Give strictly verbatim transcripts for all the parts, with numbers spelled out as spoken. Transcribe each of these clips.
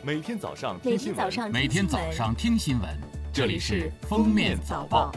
每天早上每听新闻， 天早上每天早上听新闻， 这里是封面早报。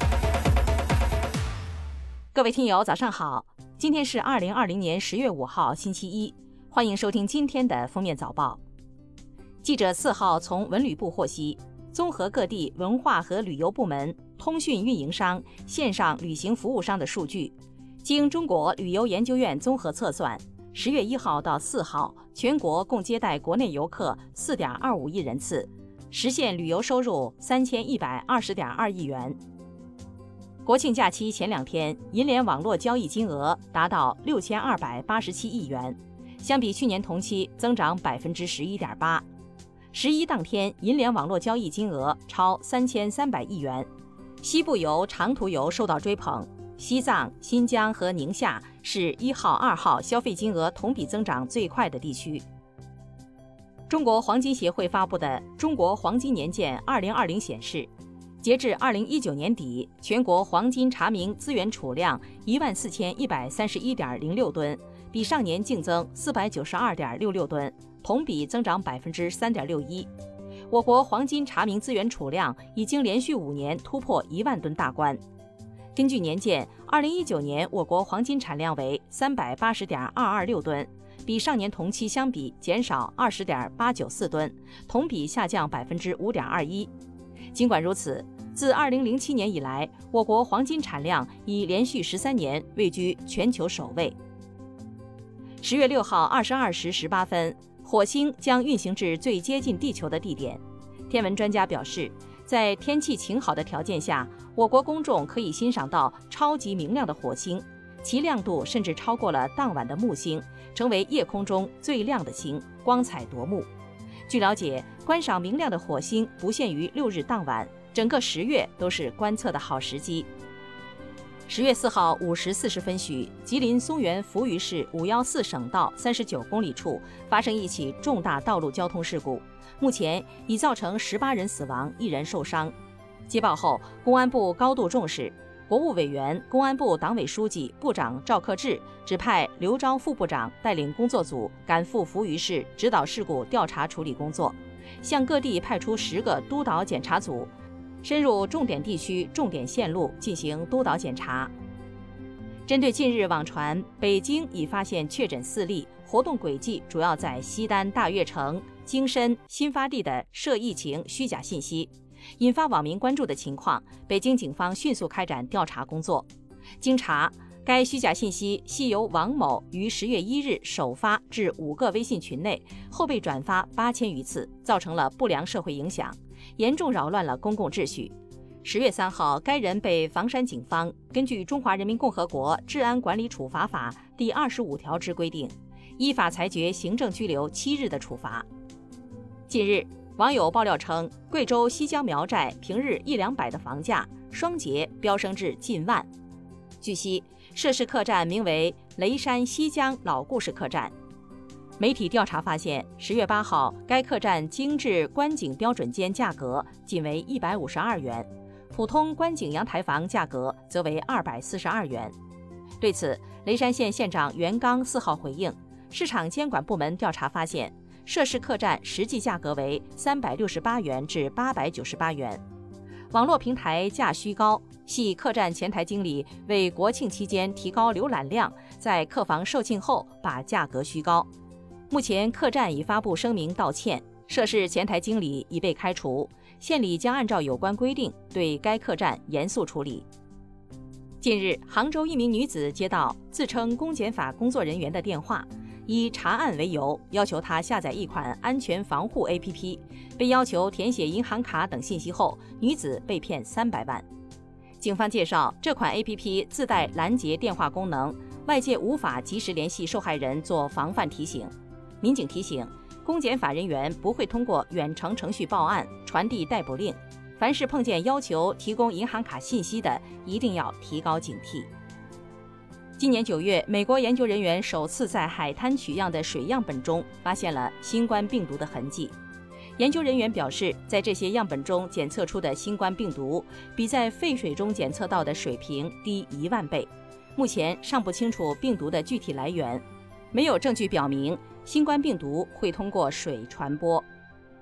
各位听友早上好，今天是二零二零年十月五号星期一，欢迎收听今天的封面早报。记者四号从文旅部获悉，综合各地文化和旅游部门、通讯运营商、线上旅行服务商的数据，经中国旅游研究院综合测算，十月一号到四号，全国共接待国内游客四点二五亿人次，实现旅游收入三千一百二十点二亿元。国庆假期前两天，银联网络交易金额达到六千二百八十七亿元，相比去年同期增长百分之十一点八。十一当天，银联网络交易金额超三千三百亿元。西部游、长途游受到追捧，西藏、新疆和宁夏是一号、二号消费金额同比增长最快的地区。中国黄金协会发布的《中国黄金年鉴二零二零》显示，截至二零一九年底，全国黄金查明资源储量一万四千一百三十一点零六吨，比上年净增四百九十二点六六吨，同比增长百分之三点六一。我国黄金查明资源储量已经连续五年突破一万吨大关。根据年鉴，二零一九年我国黄金产量为三百八十点二二六吨，比上年同期相比减少二十点八九四吨，同比下降百分之五点二一。尽管如此，自二零零七年以来，我国黄金产量已连续十三年位居全球首位。十月六号二十二时十八分，火星将运行至最接近地球的地点。天文专家表示，在天气晴好的条件下，我国公众可以欣赏到超级明亮的火星，其亮度甚至超过了当晚的木星，成为夜空中最亮的星，光彩夺目。据了解，观赏明亮的火星不限于六日当晚，整个十月都是观测的好时机。十月四号五时四十分许，吉林松原扶余市五一四省道三十九公里处发生一起重大道路交通事故，目前已造成十八人死亡，一人受伤。接报后，公安部高度重视，国务委员、公安部党委书记、部长赵克志指派刘钊副部长带领工作组赶赴扶余市指导事故调查处理工作，向各地派出十个督导检查组，深入重点地区、重点线路进行督导检查。针对近日网传北京已发现确诊四例，活动轨迹主要在西单、大悦城、京深、新发地的涉疫情虚假信息，引发网民关注的情况，北京警方迅速开展调查工作。经查，该虚假信息系由王某于十月一日首发至五个微信群内，后被转发八千余次，造成了不良社会影响，严重扰乱了公共秩序。十月三号，该人被房山警方根据《中华人民共和国治安管理处罚法》第二十五条之规定，依法裁决行政拘留七日的处罚。近日，网友爆料称，贵州西江苗寨平日一两百的房价，双节飙升至近万。据悉，涉事客栈名为雷山西江老故事客栈。媒体调查发现，十月八号，该客栈精致观景标准间价格仅为一百五十二元，普通观景阳台房价格则为二百四十二元。对此，雷山县县长袁刚四号回应，市场监管部门调查发现，涉事客栈实际价格为三百六十八元至八百九十八元。网络平台价虚高，系客栈前台经理为国庆期间提高浏览量，在客房售罄后把价格虚高。目前客栈已发布声明道歉，涉事前台经理已被开除，县里将按照有关规定对该客栈严肃处理。近日，杭州一名女子接到自称公检法工作人员的电话，以查案为由，要求她下载一款安全防护 A P P， 被要求填写银行卡等信息后，女子被骗三百万。警方介绍，这款 A P P 自带拦截电话功能，外界无法及时联系受害人做防范提醒。民警提醒，公检法人员不会通过远程程序报案、传递逮捕令，凡是碰见要求提供银行卡信息的，一定要提高警惕。今年九月，美国研究人员首次在海滩取样的水样本中发现了新冠病毒的痕迹。研究人员表示，在这些样本中检测出的新冠病毒比在废水中检测到的水平低一万倍。目前尚不清楚病毒的具体来源，没有证据表明新冠病毒会通过水传播。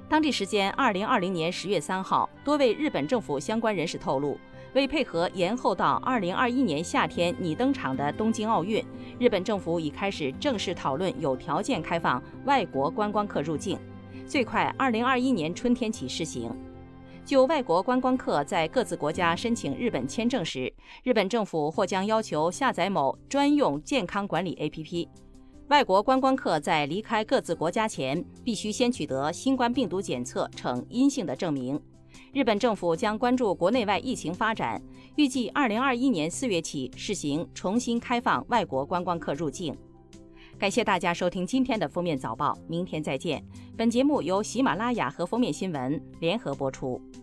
当地时间二零二零年十月三号，多位日本政府相关人士透露，为配合延后到二零二一年夏天拟登场的东京奥运，日本政府已开始正式讨论有条件开放外国观光客入境，最快二零二一年春天起施行。就外国观光客在各自国家申请日本签证时，日本政府或将要求下载某专用健康管理 A P P。外国观光客在离开各自国家前，必须先取得新冠病毒检测呈阴性的证明。日本政府将关注国内外疫情发展，预计二零二一年四月起试行重新开放外国观光客入境。感谢大家收听今天的封面早报，明天再见。本节目由喜马拉雅和封面新闻联合播出。